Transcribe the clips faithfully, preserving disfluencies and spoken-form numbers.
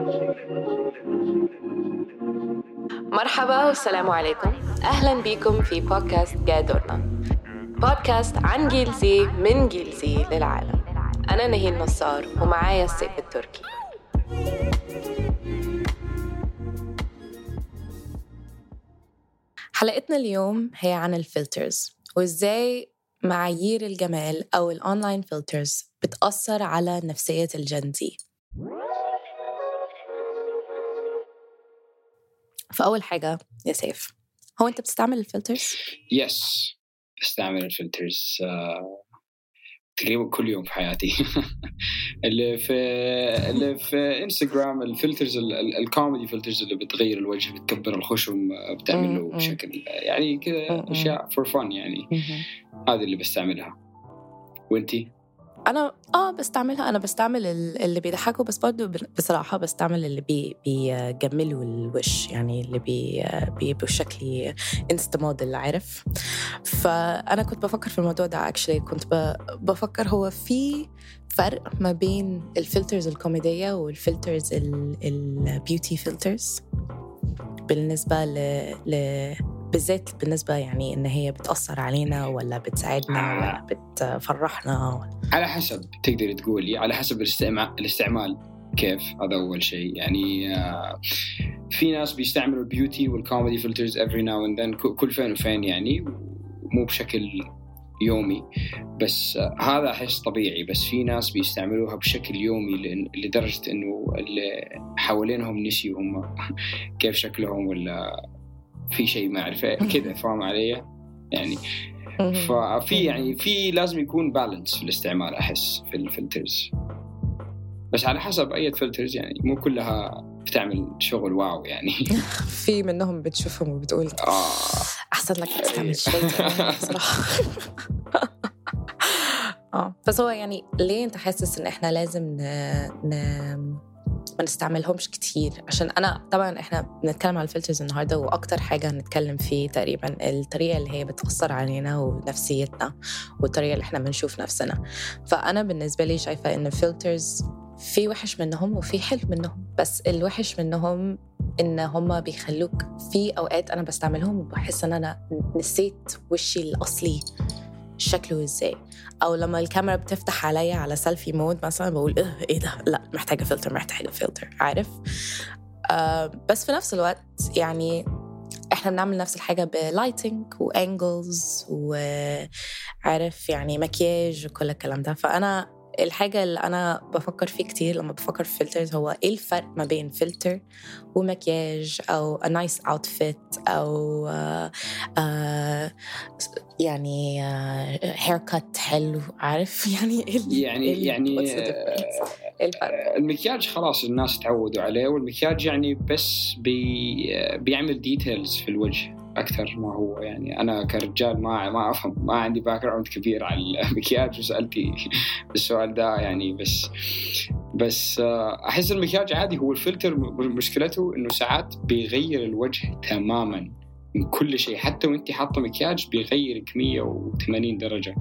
مرحبا والسلام عليكم، أهلا بكم في بودكاست جادورنا، بودكاست عن جيل زي من جيل زي للعالم. أنا نهين نصار ومعايا السيف التركي. حلقتنا اليوم هي عن الفلترز وإزاي معايير الجمال أو الأونلاين فلترز بتأثر على نفسية الجندي. فأول حاجة يا سيف، هو أنت بتستعمل الفلترز؟ يس بستعمل الفلترز uh, تقريبا كل يوم في حياتي. اللي في اللي في انستغرام الفلترز الكوميدي فلترز اللي بتغير الوجه، بتكبر الخشم، بتعمله بشكل يعني كذا أشياء for fun يعني. هذه اللي بستعملها. وانتي؟ أنا آه بستعملها. أنا بستعمل اللي بيضحكوا، بس برضو بصراحة بستعمل اللي بي بيجملوا الوش، يعني اللي بي بي بشكل انستا موديل، عارف. فأنا كنت بفكر في الموضوع ده actually. كنت بفكر هو في فرق ما بين الفلترز الكوميدية والفلترز البيوتي فلترز بالنسبة ل, ل... بالذات بالنسبة يعني إن هي بتأثر علينا ولا بتساعدنا ولا بتفرحنا ولا... على حسب، تقدر تقولي على حسب الاستعمال الاستعمال كيف. هذا أول شيء يعني. في ناس بيستعملوا البيوتي والكوميدي فلترز every now and then، كل فين وفين يعني، مو بشكل يومي. بس هذا أحس طبيعي. بس في ناس بيستعملوها بشكل يومي لدرجة إنه اللي حوالينهم نسيوا هم كيف شكلهم ولا في شيء ما أعرفه كذا، فاهم علي يعني. ففي يعني في لازم يكون بالانس في الاستعمال أحس في الفلترز، بس على حسب أي فلترز يعني. مو كلها بتعمل شغل واو يعني. في منهم بتشوفهم وبتقول آه أحسن لك تعمل شيء صراحة. آه بس هو يعني ليه أنت حاسس إن إحنا لازم ن... ن... ما نستعملهمش كتير؟ عشان أنا طبعاً إحنا بنتكلم على الفلترز النهاردة، وأكتر حاجة هنتكلم فيه تقريباً الطريقة اللي هي بتأثر علينا ونفسيتنا والطريقة اللي إحنا بنشوف نفسنا. فأنا بالنسبة لي شايفة إن الفلترز في وحش منهم وفي حلو منهم، بس الوحش منهم إن هم بيخلوك في أوقات أنا بستعملهم وبحس إن أنا نسيت وشي الأصلي شكله إزاي، أو لما الكاميرا بتفتح عليا على سيلفي مود مثلا بقول إيه إيه ده، لا محتاجة فلتر محتاجة فلتر، عارف. آه بس في نفس الوقت يعني إحنا بنعمل نفس الحاجة بلايتنج وأنجلز وعارف يعني مكياج وكل الكلام ده. فأنا الحاجة اللي أنا بفكر فيه كتير لما بفكر في فلترز هو إيه الفرق ما بين فلتر ومكياج أو a nice outfit أو آه آه يعني آه haircut حلو، عارف يعني ال يعني ال يعني الفرق. المكياج خلاص الناس تعودوا عليه، والمكياج يعني بس بي بيعمل ديتيلز في الوجه أكثر ما هو يعني. أنا كرجال ما ما أفهم، ما عندي باك جراوند كبير على المكياج وسألتي السؤال ده يعني. بس بس أحس المكياج عادي. هو الفلتر مشكلته إنه ساعات بيغير الوجه تماماً من كل شيء، حتى وإنتي حاطة مكياج بيغيرك مية وثمانين درجة.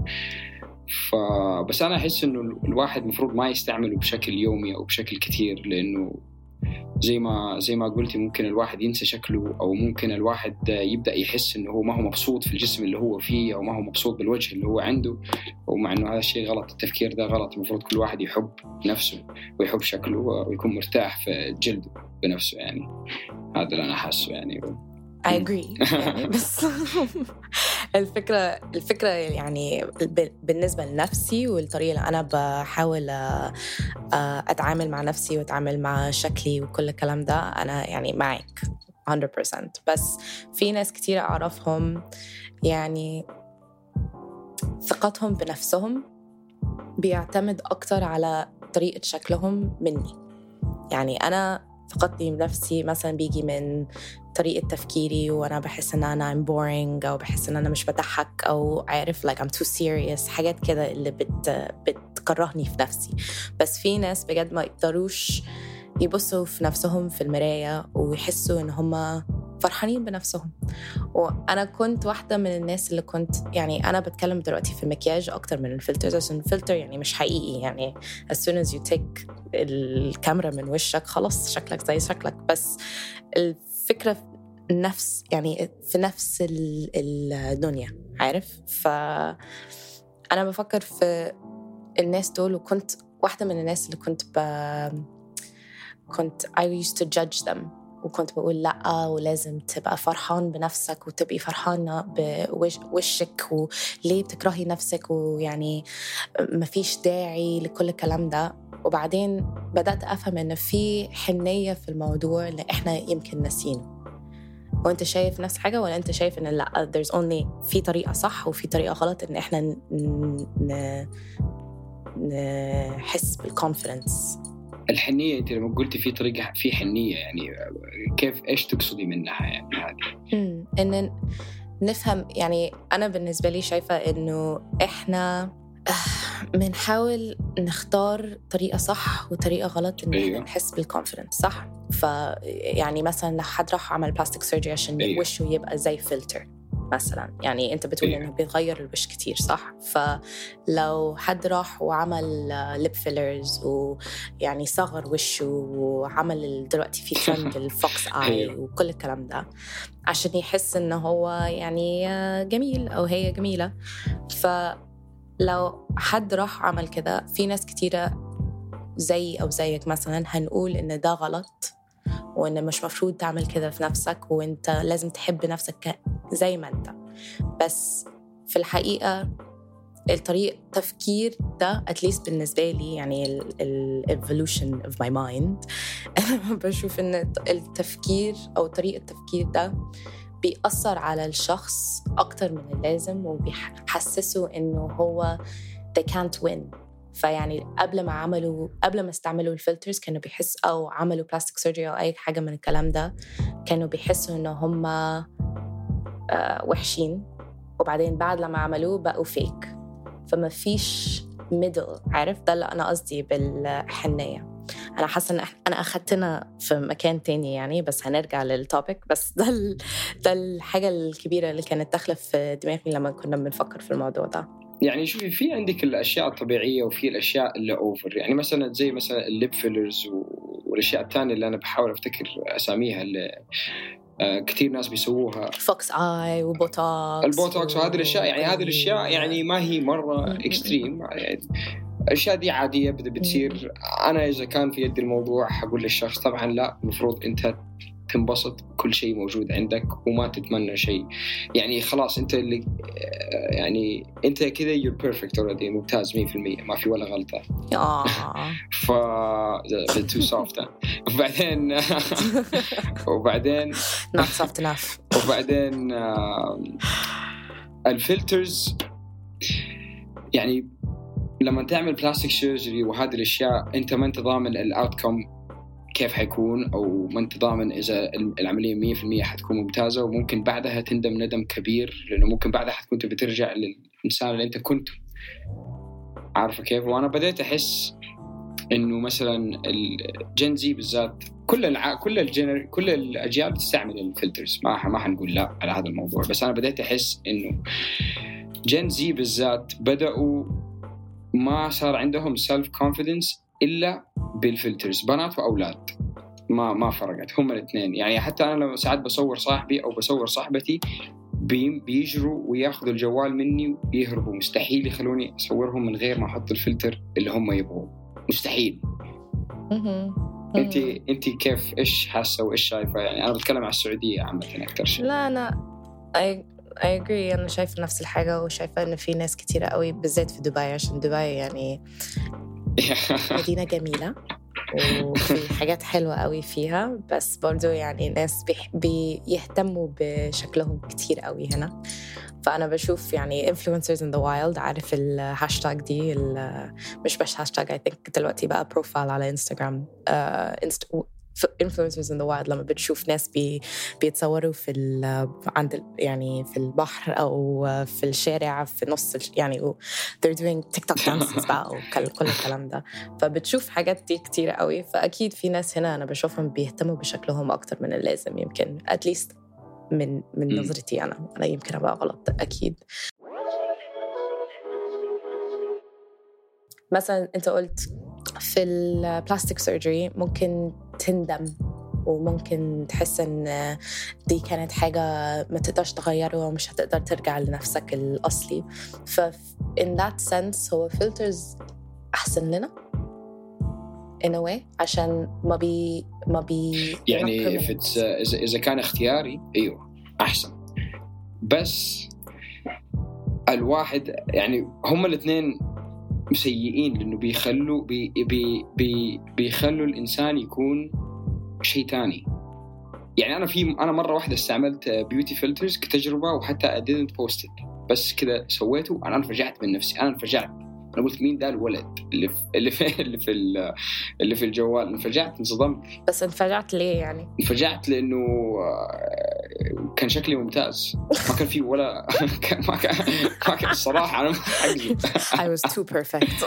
فبس أنا أحس إنه الواحد مفروض ما يستعمله بشكل يومي أو بشكل كتير، لأنه زي ما زي ما قلتي ممكن الواحد ينسى شكله، أو ممكن الواحد يبدأ يحس إنه هو ما هو مبسوط في الجسم اللي هو فيه، أو ما هو مبسوط بالوجه اللي هو عنده. ومع إنه هذا الشيء غلط، التفكير ده غلط. المفروض كل واحد يحب نفسه ويحب شكله ويكون مرتاح في جلده بنفسه يعني. هذا اللي أنا حاسه يعني. I agree يعني. بس الفكرة الفكرة يعني بالنسبة لنفسي والطريقة اللي أنا بحاول أتعامل مع نفسي وأتعامل مع شكلي وكل الكلام ده، أنا يعني معك مية بالمية. بس في ناس كتير أعرفهم يعني ثقتهم بنفسهم بيعتمد أكتر على طريقة شكلهم مني. يعني أنا ثقتي بنفسي مثلا بيجي من طريقة تفكيري، وأنا بحس إن أنا I'm boring، أو بحس إن أنا مش بضحك، أو عارف like I'm too serious، حاجات كده اللي بت بتكرهني في نفسي. بس في ناس بجد ما يقدروش يبصوا في نفسهم في المراية ويحسوا إن هما فرحانين بنفسهم. وأنا كنت واحدة من الناس اللي كنت يعني أنا بتكلم دلوقتي في المكياج أكتر من الفلترز، عشان الفلتر يعني مش حقيقي، يعني as soon as you take الكاميرا من وشك خلاص شكلك زي شكلك. بس الفكرة نفس يعني في نفس الدنيا، عارف؟ فأنا بفكر في الناس دول، وكنت واحدة من الناس اللي كنت ب... كنت I used to judge them، وكنت بقول لأ ولازم تبقى فرحان بنفسك وتبقي فرحانة بوشك، وليه بتكرهي نفسك، ويعني مفيش داعي لكل الكلام ده. وبعدين بدأت أفهم إن في حنية في الموضوع اللي إحنا يمكن ناسينه. وأنت شايف نفس حاجة ولا أنت شايف إن لأ there's only في طريقة صح وفي طريقة غلط إن إحنا ن... ن... نحس بالconfidence؟ الحنية أنت لما قلتي في طريقة في حنية، يعني كيف إيش تقصدي منها يعني هذه؟ امم إن نفهم، يعني أنا بالنسبة لي شايفة إنه إحنا بنحاول نختار طريقة صح وطريقة غلط إن أيوة. إحنا نحس بالconfidence، صح؟ فيعني مثلا لو حد راح عمل بلاستيك سيرجري عشان أيوة. وشه يبقى زي فلتر مثلا، يعني أنت بتقول أيوة. إنه بيتغير الوش كتير، صح؟ فلو حد راح وعمل ليب فيلرز ويعني صغر وشه وعمل دلوقتي في ترند الفوكس آي أيوة. وكل الكلام ده عشان يحس إنه هو يعني جميل أو هي جميلة، فلو حد راح عمل كده، في ناس كتيرة زي أو زيك مثلا هنقول إن ده غلط وإن مش مفروض تعمل كده في نفسك، وإنت لازم تحب نفسك زي ما أنت. بس في الحقيقة الطريق تفكير ده at least بالنسبة لي، يعني ال evolution of my mind أنا بشوف إن التفكير أو طريقة التفكير ده بيأثر على الشخص أكتر من اللازم، وبيحسسه إنه هو they can't win. فيعني قبل ما عملوا قبل ما استعملوا الفلترز كانوا بيحس أو عملوا بلاستيك سيرجري أو أي حاجة من الكلام ده، كانوا بيحسوا إنه هم آه وحشين، وبعدين بعد لما عملوه بقوا فيك. فما فيش ميدل، عارف؟ ده اللي أنا قصدي بالحنية. أنا حاسة إن أنا أخدتنا في مكان تاني يعني، بس هنرجع للتوبيك. بس ده ال... ده الحاجة الكبيرة اللي كانت داخلة في دماغي لما كنا بنفكر في الموضوع ده. يعني شوفي، في عندك الأشياء الطبيعية وفي الأشياء اللي أوفر، يعني مثلا زي مثلا الليب فيلرز والأشياء الثانية اللي أنا بحاول أفتكر أساميها اللي آه كتير ناس بيسووها، فوكس آي وبوتوكس البوتوكس وهذه الأشياء. يعني هذه الأشياء يعني ما هي مرة إكستريم، يعني الأشياء دي عادية بتصير. أنا إذا كان في يدي الموضوع حقول للشخص طبعا لا، المفروض أنت تنبسط كل شيء موجود عندك وما تتمنى شيء. يعني خلاص أنت اللي يعني أنت كذا you're perfect already، ممتاز مية في المية، ما في ولا غلطة. ف too soft. وبعدين وبعدين not soft enough. وبعدين الفلترز، يعني لما تعمل بلاستيك سيرجري وهذه الأشياء أنت ما أنت ضامن الأوتكم كيف حيكون، أو ما أنت ضامن إذا العملية مية في المية حتكون ممتازة، وممكن بعدها تندم ندم كبير، لأنه ممكن بعدها حتكون بترجع للإنسان اللي أنت كنت عارفة كيف. وأنا بديت أحس إنه مثلا الجين زي بالذات كل الع... كل الجنر كل الأجيال بتستعمل الفلترز، ما ما حنقول لا على هذا الموضوع، بس أنا بديت أحس إنه جين زي بالذات بدأوا ما صار عندهم سيلف كونفيدنس إلا بالفلترز، بنات وأولاد ما ما فرقت، هم الاثنين. يعني حتى أنا لما ساعات بصور صاحبي أو بصور صاحبتي بي بيجروا وياخذوا الجوال مني ويهربوا، مستحيل يخلوني أصورهم من غير ما أحط الفلتر اللي هم يبغوه، مستحيل. أنت أنت كيف إيش حاسة وإيش شايفة؟ يعني أنا بتكلم على السعودية عامة أكتر شيء. لا أنا I I agree، أنا شايفة نفس الحاجة، وشايفة إن في ناس كتيرة قوي بالذات في دبي، عشان دبي يعني مدينة جميلة وفي حاجات حلوة قوي فيها، بس برضو يعني ناس بيهتموا بشكلهم كتير قوي هنا. فأنا بشوف يعني influencers in the wild، عارف الهاشتاج دي، مش بس هاشتاج I think دلوقتي بقى بروفايل على إنستغرام، uh, inst- influencers in the wild. لما بتشوف ناس بي بيتصوروا في عند يعني في البحر أو في الشارع في نص يعني they're doing TikTok dances بقى وكل كل الكلام ده، فبتشوف حاجات دي كتير قوي. فأكيد في ناس هنا أنا بشوفهم بيهتموا بشكلهم أكتر من اللازم، يمكن at least من من نظرتي أنا أنا يمكن أبقى غلط أكيد. مثلا أنت قلت في البلاستيك سيرجري ممكن تندم وممكن تحس إن دي كانت حاجة ما تقدرش تغيره ومش هتقدر ترجع لنفسك الأصلي. ف in that sense هو filters أحسن لنا in a way عشان ما بي ما بي يعني if it's, إذا إذا كان اختياري أيوة أحسن. بس الواحد يعني هم الاثنين سيئين لأنه بيخلوا بي بي بي بيخلوا الإنسان يكون شيء تاني. يعني أنا في أنا مرة واحدة استعملت بيوتي فلترز كتجربة وحتى I didn't post it بس كده سويته أنا انفجعت من نفسي. أنا انفجعت أنا قلت مين ده الولد اللي في اللي في اللي في, اللي في الجوال. انفجعت انصدمت. بس انفجعت ليه يعني؟ انفجعت لأنه كان شكلي ممتاز ما كان فيه ولا ما كان ما كان الصراحة أنا حقي I was too perfect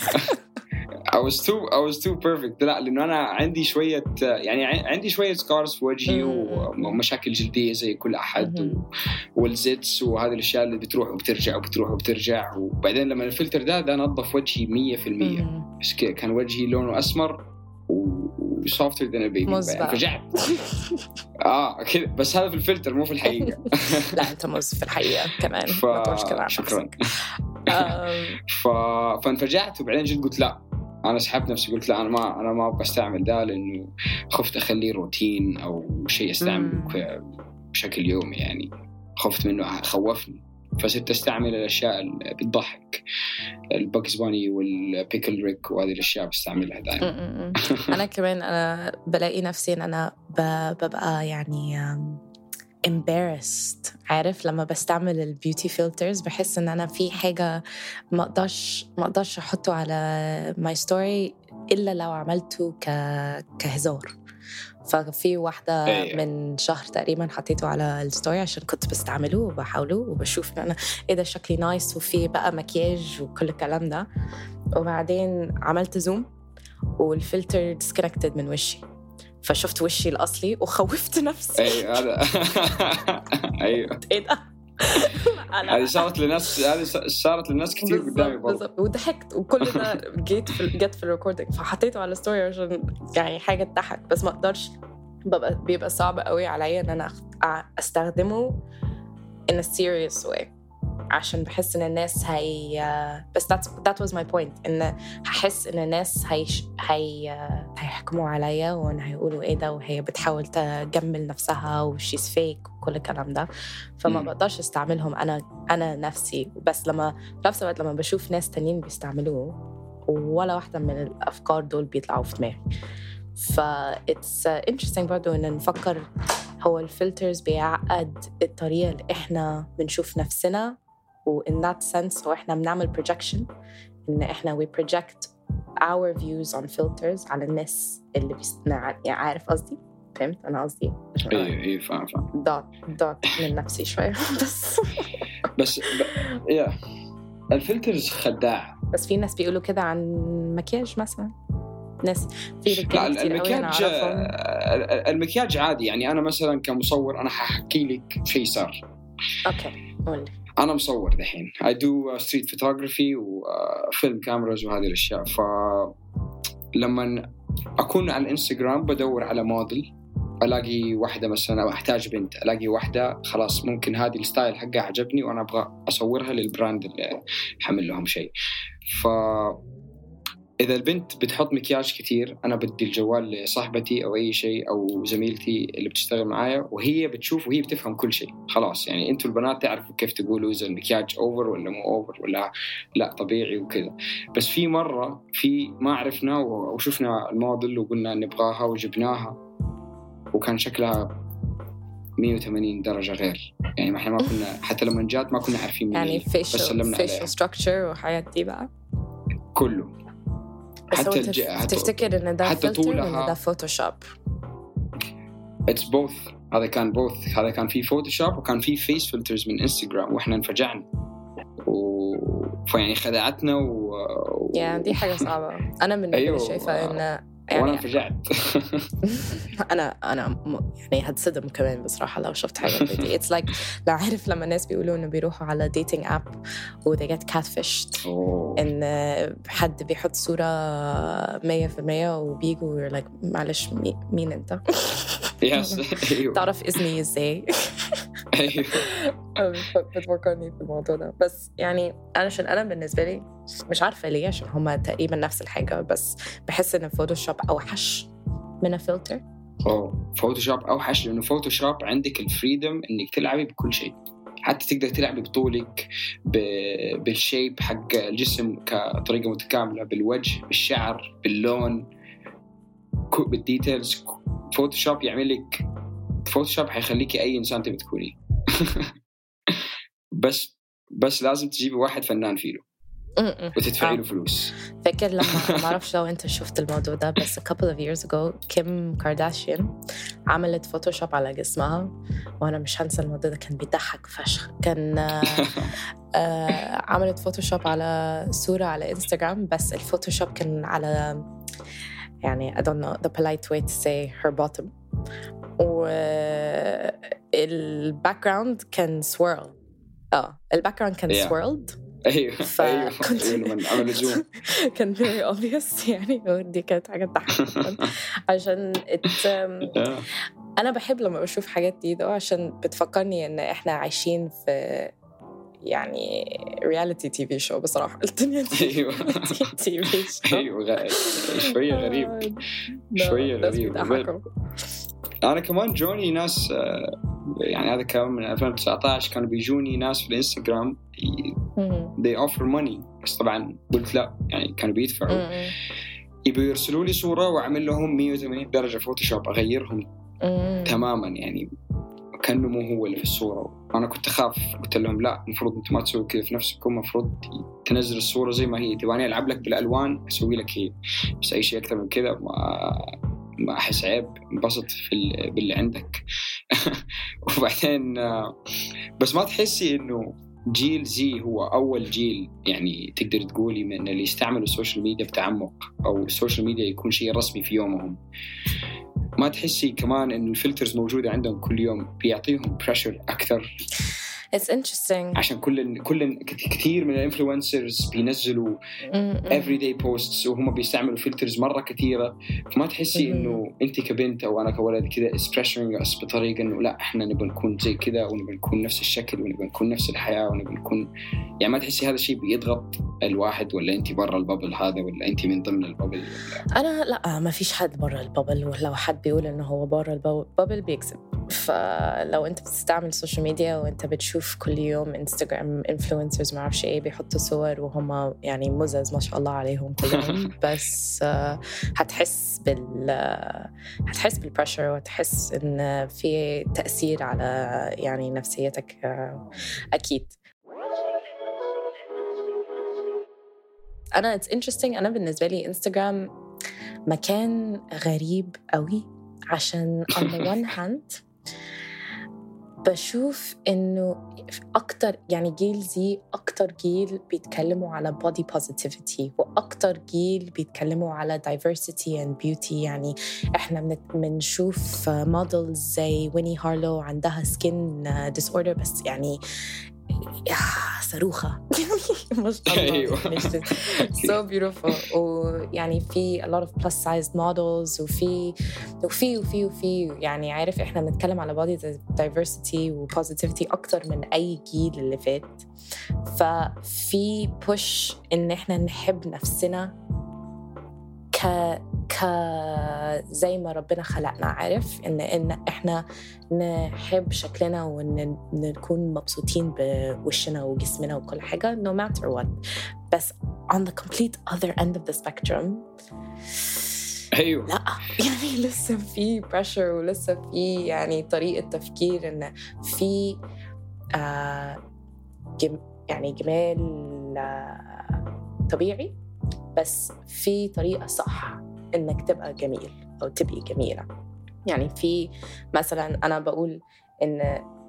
I was too I was too perfect. لا لأنه أنا عندي شوية يعني عندي شوية سكارز في وجهي ومشاكل جلدية زي كل أحد والزيتس وهذه الأشياء اللي بتروح وبترجع وبتروح وبترجع. وبعدين لما الفلتر ده ده نظف وجهي مية في المية. بس كان وجهي لونه أسمر وsofter than a baby. فجعت آه كده. بس هذا في الفلتر مو في الحقيقة. لا أنت مز في الحقيقة كمان. ف... شكرا. ف... فانفجعت وبعدين جيت قلت لا أنا سحبت نفسي قلت لا أنا ما أنا ما بستعمل ده لأنه خفت أخليه روتين أو شيء أستعمله بشكل يومي. يعني خفت منه خوفني فصرت أستعمل الأشياء اللي بتضحك الباكس باني والبيكل ريك وهذه الأشياء بستعملها دائما. أنا كمان أنا بلاقي نفسي إن أنا ببقى يعني embarrassed عارف لما بستعمل البيوتي فلترز بحس إن أنا في حاجة ما أقدرش ما أقدرش أحطه على my story إلا لو عملته ك كهزار. ففي واحدة أيه. من شهر تقريبا حطيته على الستوري عشان كنت بستعمله وبحاوله وبشوف إن أنا إيه ده شكلي نايس وفي بقى مكياج وكل الكلام ده. وبعدين عملت زوم والفلتر disconnected من وشي فشفت وشي الأصلي وخوفت نفسي. أيوة هذا أيوة إيه ده هذه صارت لناس هذه صارت للناس كتير قدامي برضه وضحكت وكل ده جيت في جيت في الريكوردينج فحطيته على الستوري عشان يعني حاجة تضحك بس ما أقدرش ببقى بيبقى صعب قوي عليا إن أنا أستخدمه in a serious way عشان بحس إن الناس هي بس that's that was my point إن هحس إن الناس هي هي هيحكموا عليا وإن هيقولوا إيه ده وهي بتحاول تجمل نفسها وشي's fake وكل الكلام ده. فما بقدرش استعملهم أنا أنا نفسي. بس لما في نفس الوقت لما بشوف ناس تانيين بيستعملوه ولا واحدة من الأفكار دول بيطلعوا في دماغي. ف it's interesting برضو إن نفكر هو الفلترز بيعقد الطريقة اللي إحنا بنشوف نفسنا و in that sense هو إحنا بنعمل projection إن إحنا we project our views on filters على الناس اللي بيصنع. يعني عارف قصدي؟ فهمت أنا قصدي؟ إيه إيه فاهم فاهم. دوت دوت من نفسي شوية بس بس يا الفلترز خداع. بس في ناس بيقولوا كده عن مكياج مثلا ناس في رجال كتير قوي أنا أعرفهم. المكياج عادي يعني أنا مثلا كمصور أنا هحكي لك شيء صار. أوكي قولي. أنا مصور دحين I do street photography وفيلم كاميراز وهذه الأشياء. فلما أكون على الإنستغرام بدور على موديل ألاقي واحدة مثلا أو أحتاج بنت ألاقي واحدة خلاص ممكن هذه الستايل حقها عجبني وأنا أبغى أصورها للبراند اللي حمل لهم شيء. ف إذا البنت بتحط مكياج كتير أنا بدي الجوال لصاحبتي أو أي شيء أو زميلتي اللي بتشتغل معايا وهي بتشوف وهي بتفهم كل شيء. خلاص يعني أنتوا البنات تعرفوا كيف تقولوا إذا المكياج أوفر ولا مو أوفر ولا لا طبيعي وكذا. بس في مرة في ما عرفنا وشفنا الموديل وقلنا نبغاها وجبناها وكان شكلها مية وثمانين درجة غير. يعني ما إحنا ما كنا حتى لما جات ما كنا عارفين يعني facial facial structure وحاجات دي بقى كله. حتى الج... تفتكر إن ده فلتر ولا ده فوتوشوب؟ It's both. هذا كان both. هذا كان فيه فوتوشوب وكان فيه فيس فلترز من إنستغرام وإحنا انفجعنا و... فيعني خدعتنا و... يعني دي حاجة صعبة. أنا من أيوه. شايفة إن يعني وانا فجعت. انا انا م- يعني هتصدم كمان بصراحه لو شفت حاجه زي دي. اتس لايك لو عارف لما الناس بيقولوا انه بيروحوا على ديتنج اب و they get catfished أوه. ان حد بيحط صوره مية في المية وبيجوا like معلش مي- مين انت؟ يس ايوه تعرف اسمي ازاي؟ ايوه بتفكرني في الموضوع ده. بس يعني أنا عشان أنا بالنسبة لي مش عارفة ليه، عشان هما تقريبا نفس الحاجة، بس بحس إن فوتوشوب أوحش من الفلتر. أوه فوتوشوب أوحش لأنه فوتوشوب عندك الفريدم إنك تلعبي بكل شيء، حتى تقدر تلعبي بطولك ب- بالشيب حق الجسم كطريقة متكاملة، بالوجه، بالشعر، باللون، كو- بالديتيلز. فوتوشوب يعمل لك، فوتوشوب حيخليكي أي إنسان تبي تكوني. بس بس لازم تجيبي واحد فنان فيه وتدفعي له فلوس. فاكر لما ما أعرفش لو أنت شفت الموضوع ده، بس a couple of years ago كيم كارداشيان عملت فوتوشوب على جسمها، وأنا مش هنسى الموضوع ده، كان بيضحك فشخ. كان آه عملت فوتوشوب على صورة على إنستغرام، بس الفوتوشوب كان على يعني I don't know the polite way to say her bottom، والباك جراوند كان swirl. اه الباك جراوند كان yeah. swirled. ايوه ايوه ايوه من عمل زوم كان very obvious يعني. دي كانت حاجة تضحك عشان it, أنا بحب لما بشوف حاجات دي ده، عشان بتفكرني إن إحنا عايشين في يعني reality تي في show بصراحة. الدنيا دي ايوه تي في show ايوه شوية غريب شوية غريب. أنا كمان جوني ناس يعني هذا كمان من ألفين وتسعة عشر كانوا بيجوني ناس في الانستغرام they offer money، بس طبعا قلت لا، يعني كانوا بيدفعوا يبوا يرسلوا لي صورة وأعمل لهم مية وثمانين درجة فوتوشوب، أغيرهم تماما يعني كأنه مو هو اللي في الصورة. أنا كنت أخاف، قلت لهم لا، المفروض أنتم ما تسووا كذا في نفسكم، المفروض تنزل الصورة زي ما هي. تبغاني ألعب لك بالألوان أسوي لك هي، بس أي شيء أكثر من كذا ما ما أحس عيب، انبسط في باللي عندك. وبعدين بس ما تحسي إنه جيل زي هو أول جيل يعني تقدر تقولي من اللي يستعملوا السوشيال ميديا بتعمق، أو السوشيال ميديا يكون شيء رسمي في يومهم؟ ما تحسي كمان إنه الفلترز موجودة عندهم كل يوم بيعطيهم بريشر أكثر؟ It's interesting عشان كل كل كثير من الانفلونسرز بينزلوا everyday posts وهم بيستعملوا فلترز مرة كثيرة، فما تحسي إنه أنت كبنت أو أنا كولد كذا is pressuring us بطريقة إنه لا إحنا نبغى نكون زي كذا، ونبغى نكون نفس الشكل، ونبغى نكون نفس الحياة، ونبغى نكون يعني ما تحسي هذا الشيء بيضغط الواحد؟ ولا أنت برا البابل هذا، ولا أنت من ضمن البابل؟ أنا لا، ما فيش حد برا البابل، ولو حد بيقول إنه هو برا البابل بيكسب. فلو أنت بتستعمل السوشيال ميديا وأنت بتشوف كل يوم انستغرام انفلونسرز ما اعرفش ايه بيحطوا صور وهم يعني مزز ما شاء الله عليهم كلهم، بس هتحس بال هتحس بالبريشر، وتحس ان في تأثير على يعني نفسيتك اكيد. انا it's interesting، انا بالنسبه لي انستغرام مكان غريب قوي، عشان on the one hand بشوف إنه أكتر يعني جيل زي أكتر جيل بيتكلموا على body positivity، وأكتر جيل بيتكلموا على diversity and beauty. يعني إحنا بنشوف models زي ويني هارلو عندها skin disorder، بس يعني صاروخة ما شاء الله so beautiful. ويعني في a lot of plus sized models، وفي وفي وفي وفي يعني عارف إحنا بنتكلم على body diversity و positivity أكتر من أي جيل اللي فات. ففي push إن إحنا نحب نفسنا ك ك زي ما ربنا خلقنا، عارف إن إن إحنا نحب شكلنا وإن نكون مبسوطين بوشنا وجسمنا وكل حاجة no matter what. بس on the complete other end of the spectrum أيوه لا، يعني لسه في pressure، ولسه في يعني طريقة تفكير إن في آه جم يعني جمال آه طبيعي، بس في طريقة صح إنك تبقى جميل أو تبقي جميلة. يعني في مثلا أنا بقول إن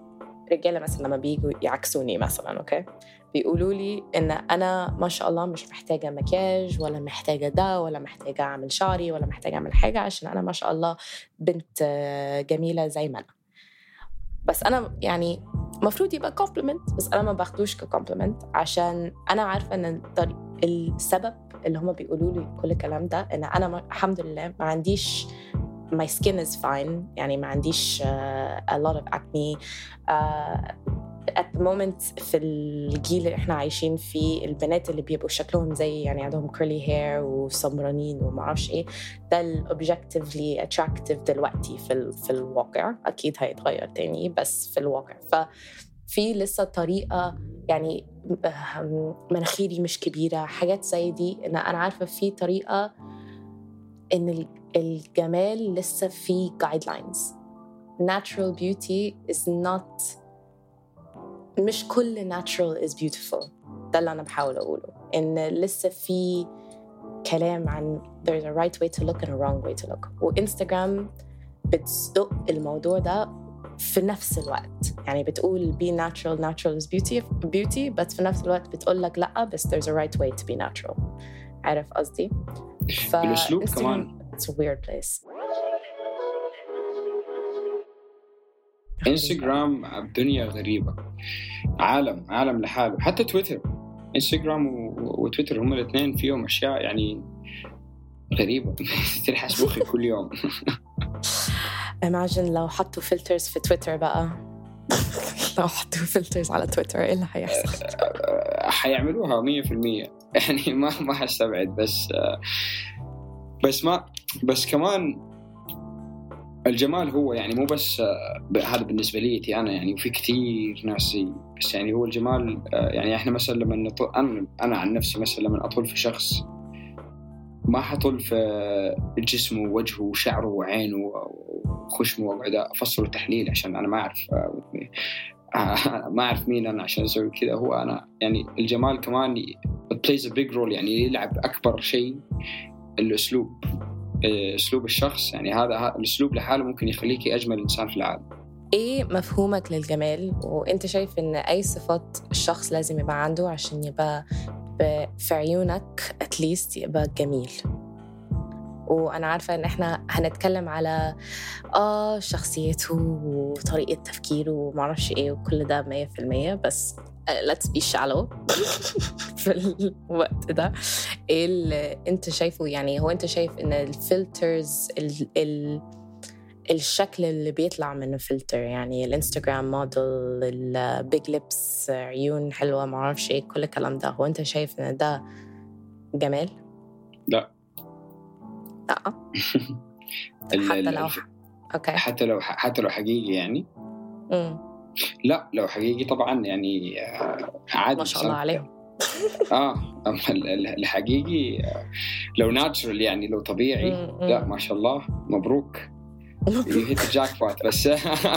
رجالة مثلا لما بييجوا يعكسوني مثلا أوكي بيقولوا لي إن أنا ما شاء الله مش محتاجة مكياج ولا محتاجة ده ولا محتاجة أعمل شعري ولا محتاجة أعمل حاجة عشان أنا ما شاء الله بنت جميلة زي ما أنا. بس أنا يعني مفروض يبقى compliment بس أنا ما باخدوش كcompliment عشان أنا عارفة إن السبب اللي هما بيقولوا لي كل الكلام ده إن أنا ما الحمد لله ما عنديش my skin is fine يعني ما عنديش uh, a lot of acne uh, at the moment في الجيل اللي احنا عايشين فيه البنات اللي بيبقوا شكلهم زي يعني عندهم curly hair وسمرانين وما اعرفش ايه ده ال objectively attractive دلوقتي في ال في الواقع اكيد هيتغير تاني بس في الواقع ففي لسه طريقة يعني مناخيري مش كبيرة حاجات زي دي ان انا عارفة في طريقة ان الجمال لسه في guidelines natural beauty is not مش كل natural is beautiful ده اللي أنا بحاول أقوله إن لسه في كلام عن there's a right way to look and a wrong way to look وإنستغرام بتصدق الموضوع ده في نفس الوقت يعني بتقول be natural natural is beauty beauty بس في نفس الوقت بتقول لك لأ بس there's a right way to be natural عارف قصدي؟ بالأسلوب كمان it's a weird place إنستغرام الدنيا غريبة عالم عالم لحاله حتى تويتر إنستغرام وتويتر هم الاثنين فيهم أشياء يعني غريبة تلحس مخي كل يوم imagine لو حطوا فلترز في تويتر بقى لو حطوا فلترز على تويتر إيه اللي هيحصل؟ حيعملوها مية في المية يعني ما ما حستبعد بس بس ما بس كمان الجمال هو يعني مو بس هذا بالنسبة لي أنا يعني وفي كتير ناس بس يعني هو الجمال يعني إحنا مثلا لما نطل أنا أنا عن نفسي مثلا لما أطل في شخص ما حطل في الجسم ووجهه وشعره وعينه وخشمه وأقعد أفصله تحليل عشان أنا ما أعرف ما أعرف مين أنا عشان أسوي كذا هو أنا يعني الجمال كمان it plays a big role يعني يلعب أكبر شيء الأسلوب أسلوب الشخص يعني هذا الأسلوب لحاله ممكن يخليك أجمل إنسان في العالم. إيه مفهومك للجمال وأنت شايف إن أي صفات الشخص لازم يبقى عنده عشان يبقى في عيونك at least يبقى جميل؟ وأنا عارفة إن إحنا هنتكلم على آه شخصيته وطريقة تفكيره ومعرفش إيه وكل ده مية في المية بس let's be shallow في الوقت ده إيه اللي أنت شايفه يعني هو أنت شايف إن الفلترز ال ال الشكل اللي بيطلع من الفلتر يعني الانستغرام موديل البيج ليبس عيون حلوة معرفش إيه كل الكلام ده هو أنت شايف إن ده جمال؟ لا لا حتى لو أوكي حتى لو حتى لو حقيقي يعني امم لا لو حقيقي طبعا يعني عادي ما شاء الله عليهم اه اما الحقيقي لو ناتشرال يعني لو طبيعي لا ما شاء الله مبروك يهيت الجاك بوت بس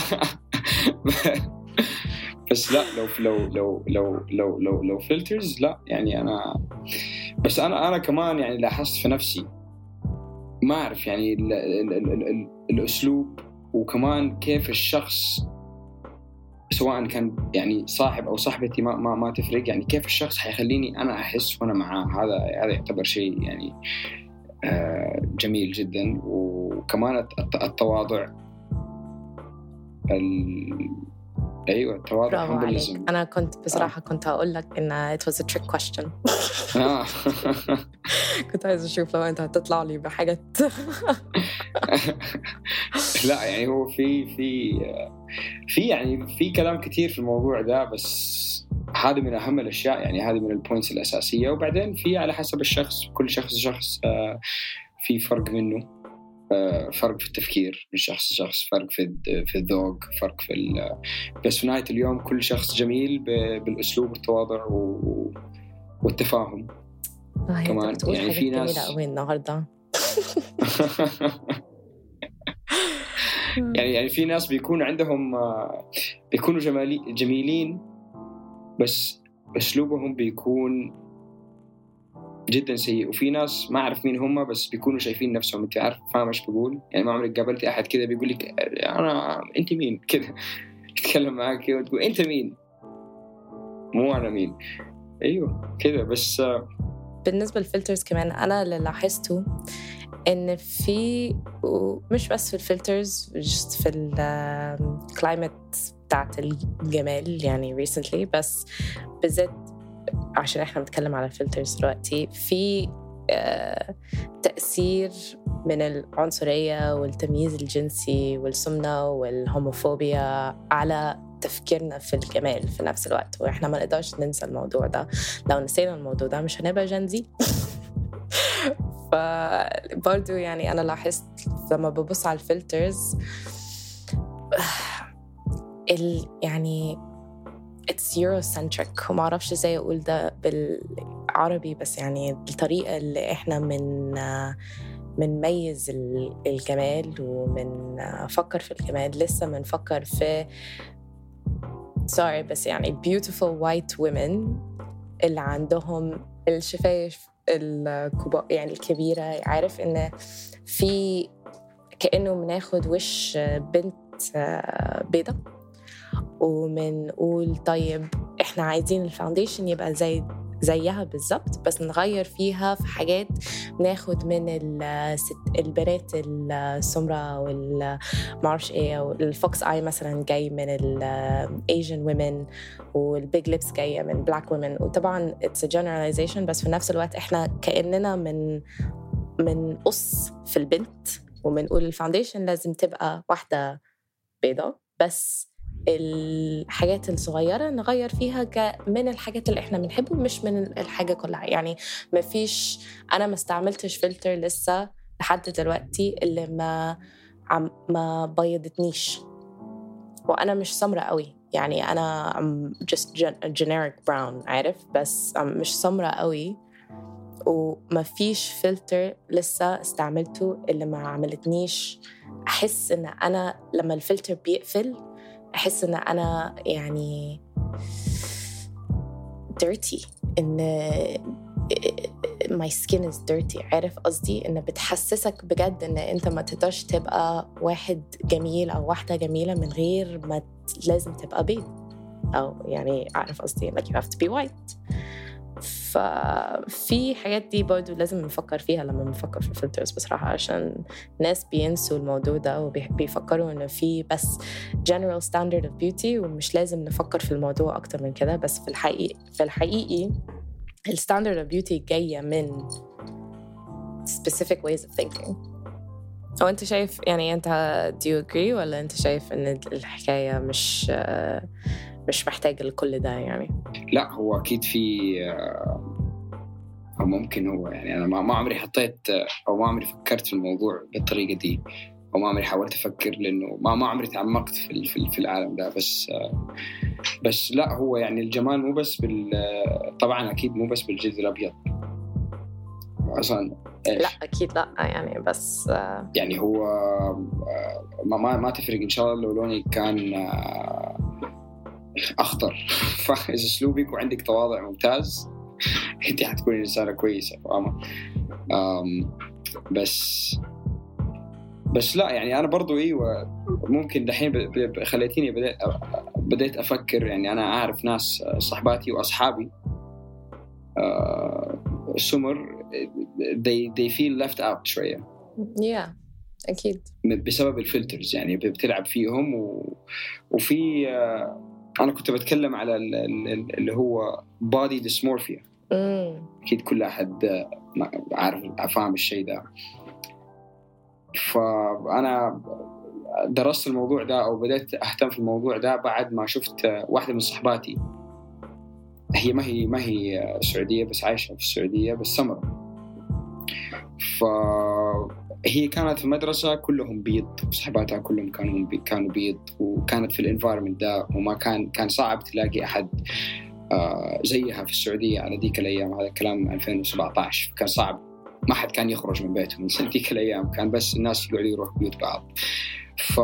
بس لا لو لو لو لو لو لو لو فلترز لا يعني انا بس انا انا كمان يعني لاحظت في نفسي ما اعرف يعني ال ال ال ال الاسلوب وكمان كيف الشخص سواء كان يعني صاحب أو صاحبتي ما ما ما تفرق يعني كيف الشخص حيخليني أنا أحس وأنا معاه هذا هذا يعتبر شيء يعني آه جميل جدا وكمان التواضع ال... أيوة التواضع برافو عليك أنا كنت بصراحة آه. كنت هقول لك إن it was a trick question آه. كنت عايز أشوف لو أنت هتطلع لي بحاجة لا يعني هو في في في يعني في كلام كتير في الموضوع ده بس هذا من أهم الأشياء يعني هذه من البوينتس الأساسية وبعدين في على حسب الشخص كل شخص شخص آه في فرق منه آه فرق في التفكير من شخص لشخص فرق في في الذوق فرق في بس في نهاية اليوم كل شخص جميل بالأسلوب والتواضع والتفاهم كمان يعني في ناس جميلة النهاردة يعني يعني في ناس بيكون عندهم بيكونوا جمالي جميلين بس أسلوبهم بيكون جدا سيء وفي ناس ما أعرف مين هم بس بيكونوا شايفين نفسهم أنت عارف فاهم إيش بقول يعني ما عمرك قابلت أحد كذا بيقول لك أنا أنت مين كذا تتكلم معاك وتقول أنت مين مو أنا مين. أيوه كذا. بس بالنسبة للفلترز كمان أنا اللي لاحظته إن في مش بس في الفلترز just في الكلايمت بتاعت الجمال يعني recently، بس بالذات عشان إحنا بنتكلم على الفلترز دلوقتي في تأثير من العنصرية والتمييز الجنسي والسمنة والهوموفوبيا على تفكيرنا في الجمال في نفس الوقت، وإحنا ما نقدرش ننسى الموضوع ده. لو نسينا الموضوع ده مش هنبقى جنزي. فبرضو يعني أنا لاحظت لما ببص على الفلترز ال يعني it's Eurocentric، وما أعرفش ازاي أقول ده بالعربي، بس يعني الطريقة اللي إحنا من منميز الجمال ومن فكر في الجمال لسه منفكر في sorry بس يعني beautiful white women اللي عندهم الشفايف الكبار يعني الكبيرة. عارف إن في كأنه بناخد وش بنت بيضة ومنقول طيب إحنا عايزين الفاونديشن يبقى زي زيها بالضبط، بس نغير فيها في حاجات. ناخد من البنات السمراء والمعرفش ايه، الفوكس اي مثلا جاي من الايجن وومن، والبيج ليبس جايه من بلاك وومن. وطبعا it's a generalization، بس في نفس الوقت احنا كأننا من من قص في البنت ومنقول الفاونديشن لازم تبقى واحده بيضاء، بس الحاجات الصغيرة نغير فيها من الحاجات اللي احنا بنحبه مش من الحاجة كلها. يعني ما فيش، أنا ما استعملتش فلتر لسه لحد دلوقتي اللي ما عم ما بيضتنيش، وأنا مش سمرة قوي يعني، أنا I'm just generic brown عارف، بس مش سمرة قوي. وما فيش فلتر لسه استعملته اللي ما عملتنيش أحس إن أنا لما الفلتر بيقفل أحس إن أنا يعني dirty، إن my skin is dirty. عارف قصدي؟ إن بتحسسك بجد إن أنت ما تقدرش تبقى واحد جميل أو واحدة جميلة من غير ما لازم تبقى بيض، أو يعني عارف قصدي like you have to be white. ففي حاجات دي برضو لازم نفكر فيها لما نفكر في الفلترز بصراحة، عشان ناس بينسوا الموضوع ده وبيفكروا إنه في بس general standard of beauty ومش لازم نفكر في الموضوع أكتر من كده. بس في الحقيقي في الحقيقي ال standard of beauty جاية من specific ways of thinking. أو أنت شايف يعني أنت do you agree ولا أنت شايف إن الحكاية مش مش محتاج لكل ده يعني؟ لا هو أكيد في، أو ممكن هو يعني أنا ما عمري حطيت أو ما عمري فكرت في الموضوع بالطريقة دي، أو ما عمري حاولت أفكر لأنه ما ما عمري تعمقت في في العالم ده. بس بس لا هو يعني الجمال مو بس بال طبعا أكيد مو بس بالجلد الأبيض أصلاً. لا أكيد لا يعني، بس يعني هو ما ما ما تفرق إن شاء الله لو لوني كان أخضر. فإذا أسلوبك وعندك تواضع ممتاز أنت حتكون إنسانة كويسة، فاهمة؟ بس بس لا يعني أنا برضو إيوه ممكن دحين خليتيني بدأت بدأت أفكر. يعني أنا أعرف ناس صحباتي وأصحابي سمر they they feel left out شوية. yeah أكيد بسبب الفلترز يعني بتلعب فيهم و... وفي أنا كنت بتكلم على اللي هو body dysmorphia. mm. أكيد كل أحد عارف أفهم الشيء ده. فأنا درست الموضوع ده أو بدأت أهتم في الموضوع ده بعد ما شفت واحدة من صحباتي، هي ما هي ما هي سعودية بس عايشة في السعودية بس سمرة. فهي كانت في مدرسة كلهم بيض، صحباتها كلهم كانوا بي كانوا بيض، وكانت في الانفايرمنت ده، وما كان كان صعب تلاقي أحد زيها في السعودية على ذيك الأيام. هذا الكلام ألفين وسبعة عشر، كان صعب، ما حد كان يخرج من بيته من ذيك الأيام، كان بس الناس يقعدوا يروحوا بيوت بعض. ف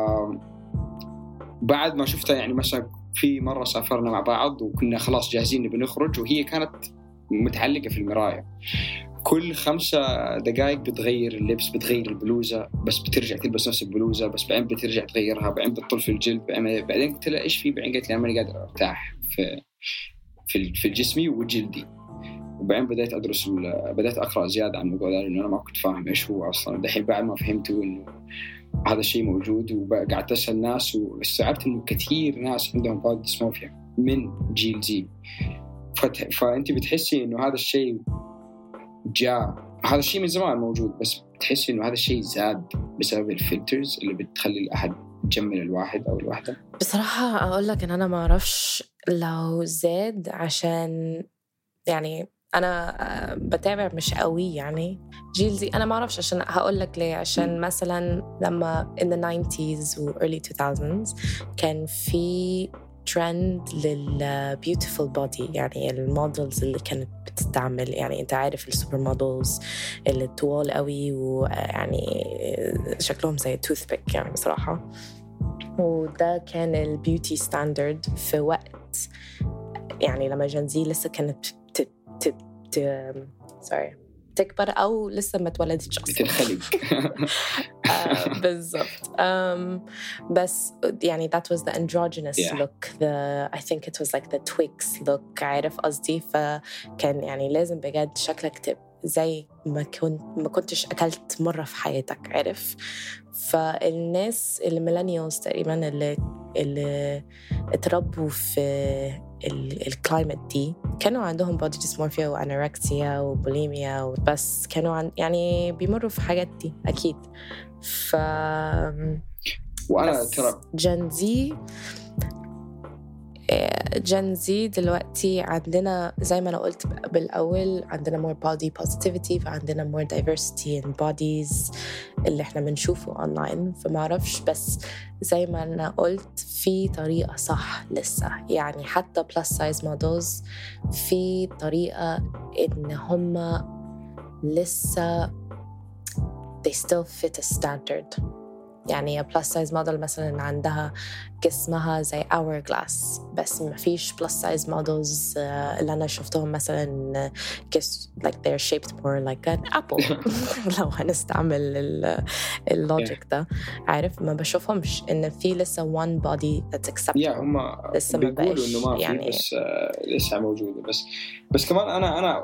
بعد ما شفتها يعني مثلا في مرة سافرنا مع بعض وكنا خلاص جاهزين نبي نخرج، وهي كانت متعلقة في المراية. كل خمسة دقائق بتغير اللبس، بتغير البلوزة، بس بترجع تلبس نفس البلوزة، بس بعدين بترجع تغيرها، بعدين بتطل في الجلد، بعدين قلت لها إيش في؟ بعدين قلت لها أنا ماني قادر أرتاح في في في جسمي وجلدي. وبعدين بدأت أدرس، بدأت أقرأ زيادة عن الموضوع ده، لأنه أنا ما كنت فاهم إيش هو أصلاً. دحين بعد ما فهمته إنه هذا الشيء موجود، وقعدت أسأل ناس واستوعبت إنه كثير ناس عندهم بادي ديسمورفيا من جيل زي. فأنت بتحسي إنه هذا الشيء جاء، هذا الشيء من زمان موجود، بس بتحسي إنه هذا الشيء زاد بسبب الفلترز اللي بتخلي الأحد يجمل الواحد أو الواحدة. بصراحة أقول لك إن أنا ما أعرفش لو زاد، عشان يعني أنا بتابع مش قوي يعني جيل زي. أنا ما أعرفش، عشان هقول لك ليه. عشان مثلا لما in the nineties و early two thousands كان في ترند لل beautiful body، يعني المودلز اللي كانت بتستعمل، يعني أنت عارف السوبر مودلز اللي طوال قوي ويعني شكلهم زي toothpick يعني بصراحة. وده كان البيوتي ستاندرد في وقت يعني لما جنزي لسه كانت ت... ت... ت... sorry تكبر أو لسه ما اتولدتش أصلاً بتنخلق. uh, بالضبط. um, بس يعني that was the androgynous yeah. look, the I think it was like the Twix look، عارف قصدي؟ فكان يعني لازم بجد شكلك تبقى زي ما كنت ما كنتش أكلت مرة في حياتك، عارف؟ فالناس الميلينيالز تقريبا اللي اللي اتربوا في الكلايمت دي كانوا عندهم بودي ديسمورفيا وانوركسيا وبوليميا، وبس كانوا عن يعني بيمروا في حاجات دي أكيد. ف وأنا ترى جنزي جنزي دلوقتي عندنا زي ما أنا قلت بالأول، عندنا more body positivity، فعندنا more diversity in bodies اللي احنا بنشوفه online. فما أعرفش، بس زي ما أنا قلت في طريقة صح لسه، يعني حتى plus size models في طريقة إن هم لسه they still fit a standard. يعني plus size model مثلاً عندها جسمها زي hourglass، بس ما فيش plus size models اللي أنا شفتهم مثلاً جس like they're shaped more like an apple لو هنستعمل اللوجيك ده، عارف؟ ما بشوفهمش إن في لسه one body that's acceptable. yeah, هم لسه ما بيقولوا إنه ما في يعني بس uh, لسه موجودة. بس بس كمان أنا أنا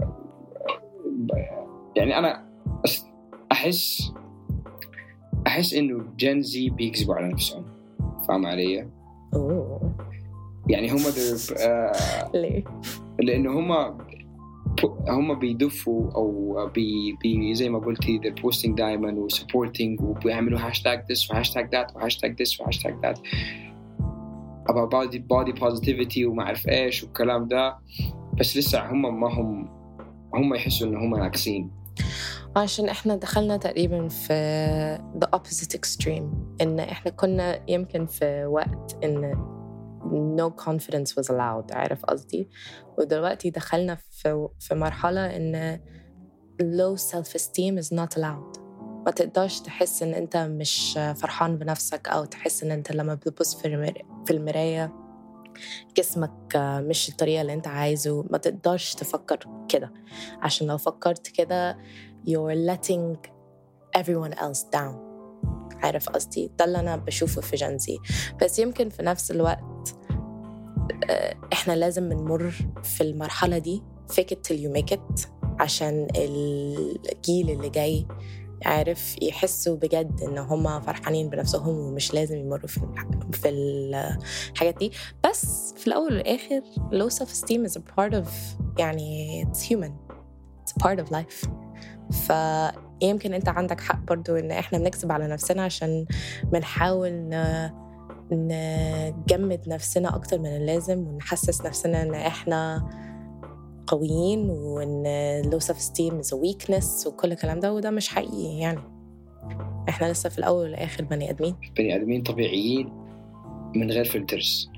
يعني أنا أحس أحس إنه جنزي بيكذبوا على نفسهم، فاهم علي؟ أوه. يعني هم آه ليه؟ لأنه هم هم بيدفوا أو بي بي زي ما قلتي they're posting دائما و supporting وبيعملوا hashtag this و hashtag that و hashtag this و hashtag that about body body positivity وما أعرف إيش والكلام ده، بس لسه هم ما هم هم يحسوا إنه هم ناقصين، عشان إحنا دخلنا تقريباً في the opposite extreme. إن إحنا كنا يمكن في وقت إن no confidence was allowed، عارف قصدي؟ ودلوقتي دخلنا في في مرحلة إن low self-esteem is not allowed. ما تقدرش تحس إن أنت مش فرحان بنفسك، أو تحس إن أنت لما بتبص في في المراية جسمك مش الطريقة اللي أنت عايزه. ما تقدرش تفكر كده، عشان لو فكرت كده you're letting everyone else down، عارف قصدي؟ ده اللي أنا بشوفه في جنزي. بس يمكن في نفس الوقت إحنا لازم نمر في المرحلة دي fake it till you make it، عشان الجيل اللي جاي عارف يحسوا بجد إن هم فرحانين بنفسهم ومش لازم يمروا في في الحاجات دي. بس في الأول والآخر low self-esteem is a part of يعني it's human، it's a part of life. فيمكن أنت عندك حق برضو إن إحنا بنكذب على نفسنا عشان بنحاول ن... نجمد نفسنا أكتر من اللازم، ونحسس نفسنا إن إحنا قويين، وإن low self-esteem is a weakness وكل الكلام ده، وده مش حقيقي. يعني إحنا لسه في الأول والآخر بني آدمين بني آدمين طبيعيين من غير فلترز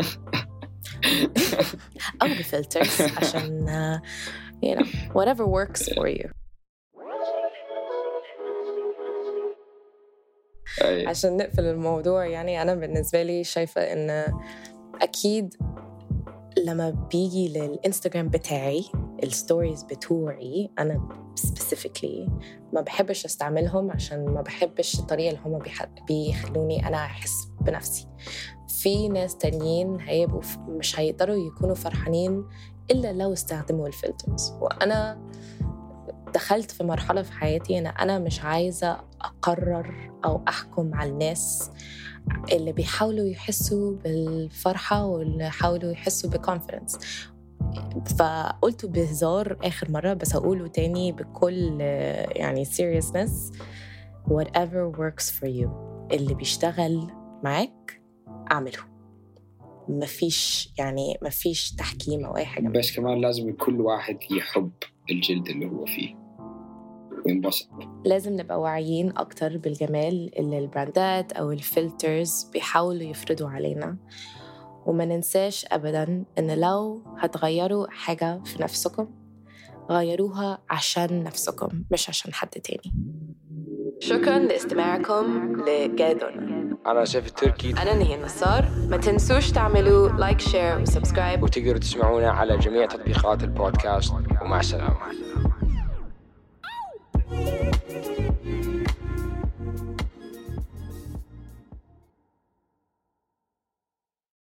أو بفلترز عشان uh, you know whatever works for you. أي. عشان نقفل الموضوع، يعني أنا بالنسبة لي شايفة إن أكيد لما بيجي للإنستغرام بتاعي الستوريز بتوعي أنا specifically ما بحبش أستعملهم عشان ما بحبش الطريقة اللي هم بيخلوني أنا أحس بنفسي. في ناس تانيين هيبقوا مش هيقدروا يكونوا فرحانين إلا لو استخدموا الفلترز. وأنا دخلت في مرحلة في حياتي أنا أنا مش عايزة أقرر أو أحكم على الناس اللي بيحاولوا يحسوا بالفرحة واللي يحاولوا يحسوا بكونفيدنس. فقلته بهزار آخر مرة بس أقوله تاني بكل يعني seriousness. whatever works for you اللي بيشتغل معاك أعمله. مفيش يعني مفيش تحكيم أو أي حاجة. بس كمان لازم كل واحد يحب الجلد اللي هو فيه وينبسط. لازم نبقى واعيين أكتر بالجمال اللي البراندات أو الفلترز بيحاولوا يفرضوا علينا. وما ننساش أبداً إن لو هتغيروا حاجة في نفسكم غيروها عشان نفسكم مش عشان حد تاني. شكراً لاستماعكم لجادون. أنا سيف التركي. أنا نهى نصار. ما تنسوش تعملوا لايك شير وسبسكرايب وتقدروا تسمعونا على جميع تطبيقات البودكاست. ومع السلامة.